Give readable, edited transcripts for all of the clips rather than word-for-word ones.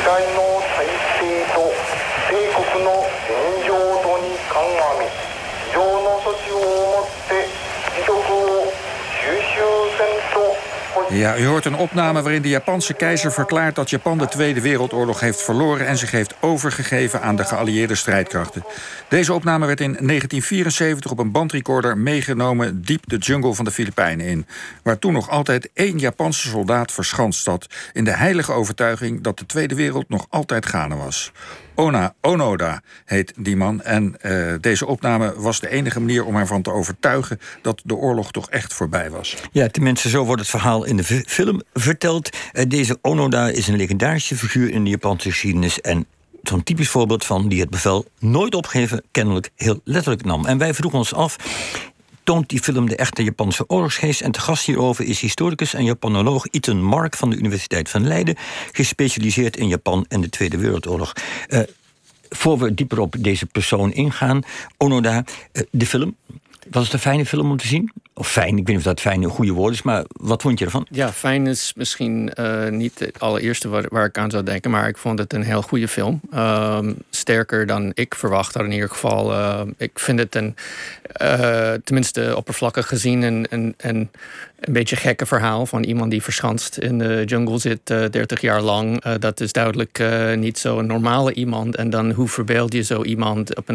の体制と帝国の現状度に鑑み以上の措置をもって遺族を収集せんと。 Ja, u hoort een opname waarin de Japanse keizer verklaart dat Japan de Tweede Wereldoorlog heeft verloren en zich heeft overgegeven aan de geallieerde strijdkrachten. Deze opname werd in 1974 op een bandrecorder meegenomen diep de jungle van de Filipijnen in, waar toen nog altijd 1 Japanse soldaat verschanst zat in de heilige overtuiging dat de Tweede Wereld nog altijd gaande was. Onoda heet die man en deze opname was de enige manier om ervan te overtuigen dat de oorlog toch echt voorbij was. Ja, tenminste, zo wordt het verhaal in de film verteld. Deze Onoda is een legendarische figuur in de Japanse geschiedenis en zo'n typisch voorbeeld van die het bevel nooit opgeven kennelijk heel letterlijk nam. En wij vroegen ons af, toont die film de echte Japanse oorlogsgeest? En te gast hierover is historicus en Japanoloog Ethan Mark van de Universiteit van Leiden, gespecialiseerd in Japan en de Tweede Wereldoorlog. Voor we dieper op deze persoon ingaan, Onoda, de film, was het een fijne film om te zien? Of fijn, ik weet niet of dat fijn een goede woord is, maar wat vond je ervan? Ja, fijn is misschien niet het allereerste waar ik aan zou denken, maar ik vond het een heel goede film. Sterker dan ik verwacht had in ieder geval. Ik vind het tenminste oppervlakkig gezien, een beetje gekke verhaal van iemand die verschanst in de jungle zit 30 jaar lang. Dat is duidelijk niet zo'n normale iemand. En dan hoe verbeeld je zo iemand op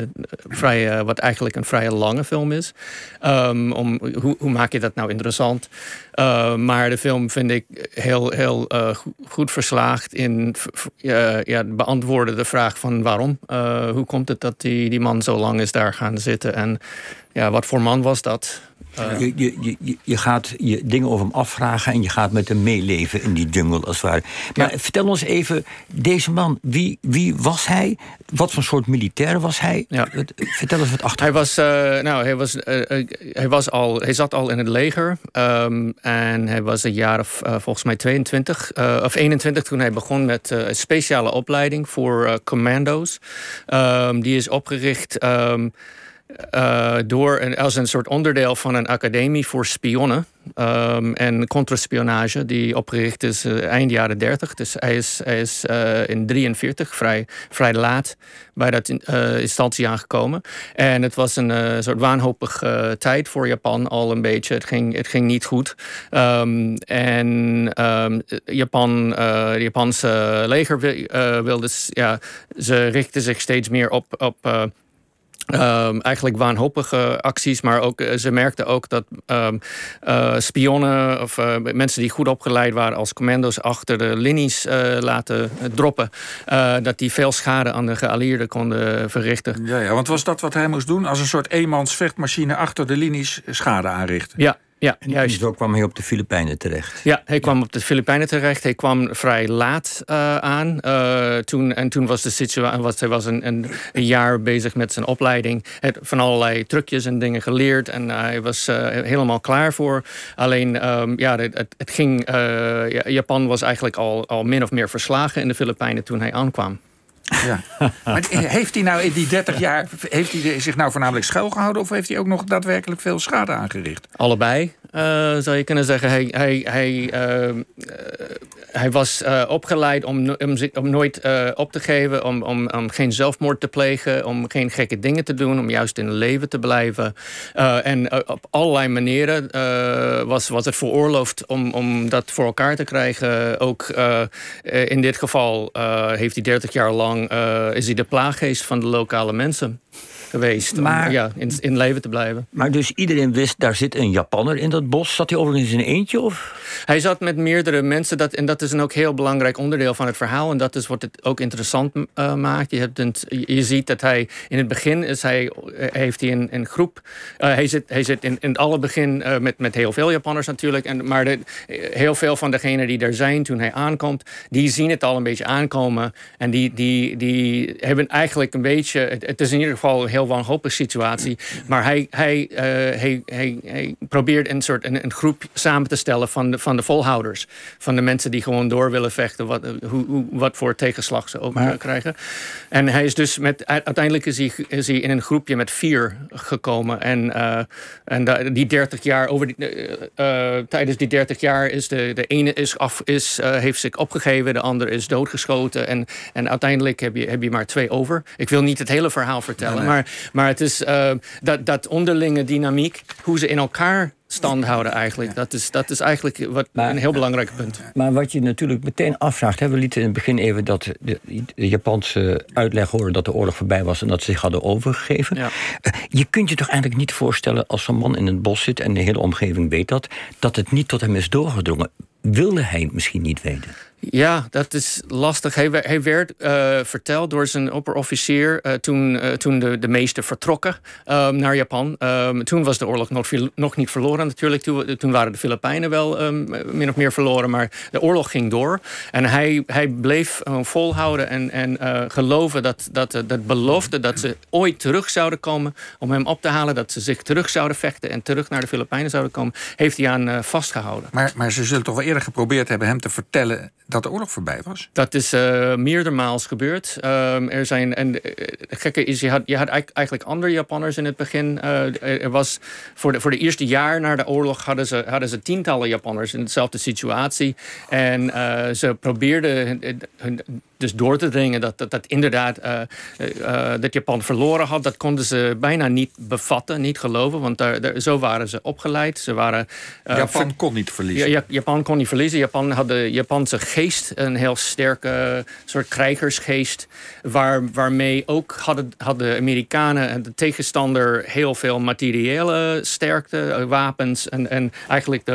wat eigenlijk een vrij lange film is? Hoe maak je dat nou interessant? Maar de film vind ik heel goed verslaagd in beantwoorden de vraag van waarom. Hoe komt het dat die man zo lang is daar gaan zitten? En ja, wat voor man was dat? Je gaat je dingen over hem afvragen en je gaat met hem meeleven in die jungle als het ware. Maar vertel ons even, deze man, wie was hij? Wat voor soort militair was hij? Ja. Vertel eens wat achter. Hij zat al in het leger. En hij was een jaar of volgens mij 22 of 21 toen hij begon met een speciale opleiding voor commando's. Die is opgericht als een soort onderdeel van een academie voor spionnen en contraspionage die opgericht is eind jaren 30. Dus hij is in 43 vrij laat bij dat instantie aangekomen. En het was een soort waanhopige tijd voor Japan al een beetje. Het ging niet goed. De Japanse leger wilde... ze richtten zich steeds meer op eigenlijk waanhopige acties, maar ook ze merkten ook dat spionnen of mensen die goed opgeleid waren als commando's achter de linies laten droppen, dat die veel schade aan de geallieerden konden verrichten. Ja, want was dat wat hij moest doen? Als een soort eenmans vechtmachine achter de linies schade aanrichten? Ja, juist. Zo kwam hij op de Filipijnen terecht. Ja, hij kwam op de Filipijnen terecht. Hij kwam vrij laat aan. Toen was de situatie... Hij was een jaar bezig met zijn opleiding. Hij had van allerlei trucjes en dingen geleerd. En hij was helemaal klaar voor. Alleen, het ging... Japan was eigenlijk al min of meer verslagen in de Filipijnen toen hij aankwam. Ja. Maar heeft hij nou in die 30 jaar... heeft hij zich nou voornamelijk schuilgehouden of heeft hij ook nog daadwerkelijk veel schade aangericht? Allebei, zou je kunnen zeggen. Hij was opgeleid om nooit op te geven, om geen zelfmoord te plegen, om geen gekke dingen te doen, om juist in het leven te blijven. En op allerlei manieren was het veroorloofd om dat voor elkaar te krijgen. Ook in dit geval heeft hij 30 jaar lang is hij de plaaggeest van de lokale mensen geweest. Maar, om in leven te blijven. Maar dus iedereen wist, daar zit een Japanner in dat bos. Zat hij overigens in een eentje? Of? Hij zat met meerdere mensen. En dat is een ook heel belangrijk onderdeel van het verhaal. En dat is wat het ook interessant maakt. Je ziet dat hij in het begin heeft hij een groep. Hij zit in het alle begin met heel veel Japanners natuurlijk. Maar heel veel van degenen die er zijn toen hij aankomt, die zien het al een beetje aankomen. En die hebben eigenlijk een beetje... Het is in ieder geval een heel wanhopige situatie. Maar hij probeert een groep samen te stellen van de volhouders. Van de mensen die gewoon door willen vechten. Wat voor tegenslag ze ook krijgen. En hij is dus uiteindelijk is hij in een groepje met 4 gekomen. En die 30 jaar, tijdens die 30 jaar is de ene heeft zich opgegeven, de andere is doodgeschoten. En uiteindelijk heb je maar 2 over. Ik wil niet het hele verhaal vertellen. Nee. Maar het is dat onderlinge dynamiek, hoe ze in elkaar stand houden eigenlijk. Dat is eigenlijk een heel belangrijk punt. Maar wat je natuurlijk meteen afvraagt, we lieten in het begin even dat de Japanse uitleg horen dat de oorlog voorbij was en dat ze zich hadden overgegeven. Ja. Je kunt je toch eigenlijk niet voorstellen als zo'n man in het bos zit en de hele omgeving weet dat het niet tot hem is doorgedrongen. Wilde hij misschien niet weten? Ja, dat is lastig. Hij werd verteld door zijn opperofficier toen de meesten vertrokken naar Japan. Toen was de oorlog nog niet verloren natuurlijk. Toen waren de Filipijnen wel min of meer verloren. Maar de oorlog ging door. En hij bleef volhouden en geloven dat beloofde dat ze ooit terug zouden komen om hem op te halen. Dat ze zich terug zouden vechten en terug naar de Filipijnen zouden komen. Heeft hij aan vastgehouden. Maar ze zullen toch wel eerder geprobeerd hebben hem te vertellen dat de oorlog voorbij was? Dat is meerdermaals gebeurd. Het gekke is, je had eigenlijk andere Japanners in het begin. Er was voor de eerste jaar na de oorlog hadden ze tientallen Japanners in dezelfde situatie. En ze probeerden dus door te dringen dat inderdaad dat Japan verloren had. Dat konden ze bijna niet bevatten, niet geloven. Want zo waren ze opgeleid. Japan kon niet verliezen. Japan kon niet verliezen. Japan had de Japanse geest, een heel sterke soort krijgersgeest. Waarmee ook hadden de Amerikanen en de tegenstander heel veel materiële sterkte, wapens. En eigenlijk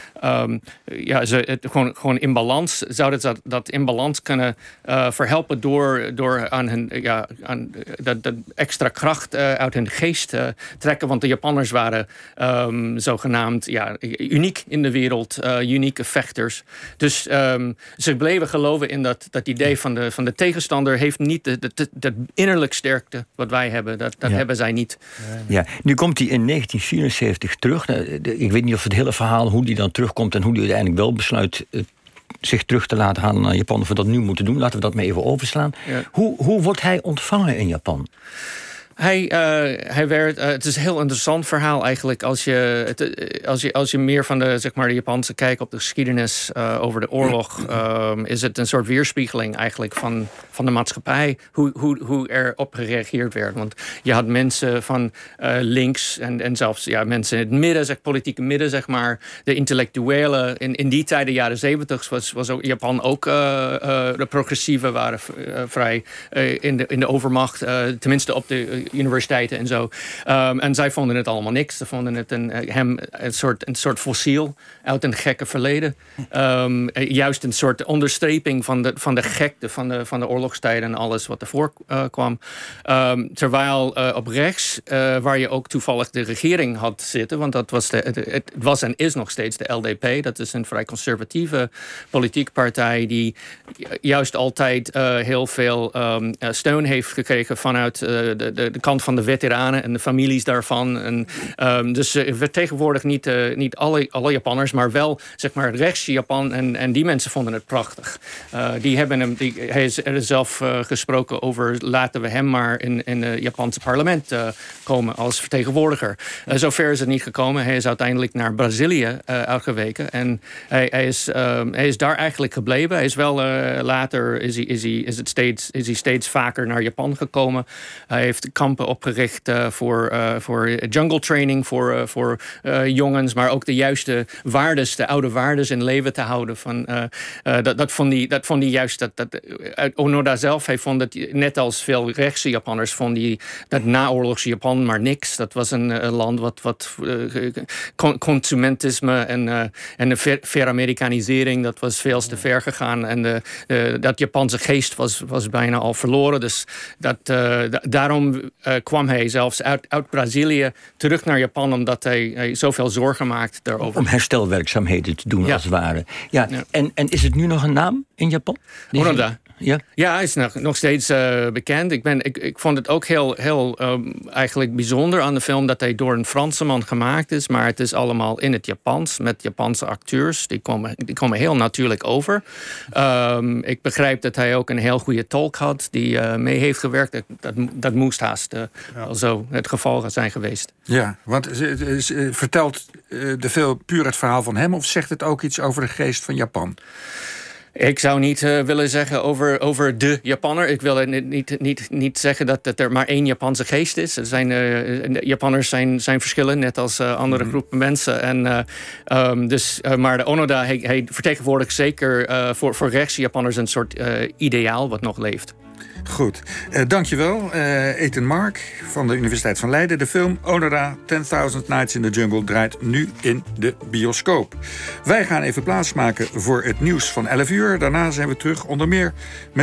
gewoon in balans. Zouden ze dat in balans kunnen verhelpen door aan dat extra kracht uit hun geest trekken. Want de Japanners waren zogenaamd uniek in de wereld, unieke vechters. Dus ze bleven geloven in dat idee van de tegenstander heeft niet de innerlijk sterkte wat wij hebben. Dat hebben zij niet. Ja, nu komt hij in 1974 terug. Ik weet niet of het hele verhaal, hoe die dan terugkomt en hoe die uiteindelijk wel besluit zich terug te laten halen naar Japan, of we dat nu moeten doen. Laten we dat maar even overslaan. Ja. Hoe wordt hij ontvangen in Japan? Hij werd. Het is een heel interessant verhaal eigenlijk. Als je meer van de Japanse kijk op de geschiedenis over de oorlog, is het een soort weerspiegeling eigenlijk van de maatschappij. Hoe er op gereageerd werd. Want je had mensen van links en zelfs mensen in het midden, politieke midden, zeg maar. De intellectuelen. In die tijd, de jaren 70, was ook Japan ook de progressieven waren vrij in de overmacht. Tenminste op de universiteiten en zo. En zij vonden het allemaal niks. Ze vonden het een soort fossiel uit een gekke verleden. Juist een soort onderstreping van de gekte van de oorlogstijden en alles wat ervoor kwam. Terwijl op rechts, waar je ook toevallig de regering had zitten, want dat was het was en is nog steeds de LDP. Dat is een vrij conservatieve politieke partij die juist altijd heel veel steun heeft gekregen vanuit de kant van de veteranen en de families daarvan. Dus vertegenwoordigt niet alle Japanners, maar wel rechts Japan en die mensen vonden het prachtig. Hij is er zelf gesproken over, laten we hem maar in het Japanse parlement komen als vertegenwoordiger. Zover is het niet gekomen. Hij is uiteindelijk naar Brazilië uitgeweken en hij is daar eigenlijk gebleven. Hij is wel later is hij steeds vaker naar Japan gekomen. Hij heeft kampen opgericht voor jungle training voor jongens, maar ook de juiste waardes, de oude waardes in leven te houden. Dat vond hij juist. Onoda zelf, hij vond het, net als veel rechtse Japanners, vond hij dat naoorlogse Japan maar niks. Dat was een land wat consumentisme en de ver-Amerikanisering, dat was veel te ver gegaan. En dat Japanse geest was bijna al verloren. Dus daarom kwam hij zelfs uit Brazilië terug naar Japan, omdat hij zoveel zorgen maakt daarover. Om herstelwerkzaamheden te doen, als het ware. Ja. En is het nu nog een naam in Japan? Onoda. Ja, hij is nog steeds bekend. Ik vond het ook heel eigenlijk bijzonder aan de film dat hij door een Franse man gemaakt is. Maar het is allemaal in het Japans met Japanse acteurs. Die komen heel natuurlijk over. Ik begrijp dat hij ook een heel goede tolk had die mee heeft gewerkt. Dat moest haast al zo het geval zijn geweest. Ja, want vertelt de film puur het verhaal van hem, of zegt het ook iets over de geest van Japan? Ik zou niet willen zeggen over de Japanner. Ik wil niet zeggen dat er maar één Japanse geest is. Japanners zijn verschillen, net als andere groepen mensen. Maar de Onoda, hij vertegenwoordigt zeker voor rechtse Japanners een soort ideaal wat nog leeft. Goed, dankjewel. Ethan Mark van de Universiteit van Leiden. De film Onoda, 10.000 Nights in the Jungle draait nu in de bioscoop. Wij gaan even plaatsmaken voor het nieuws van 11 uur. Daarna zijn we terug onder meer met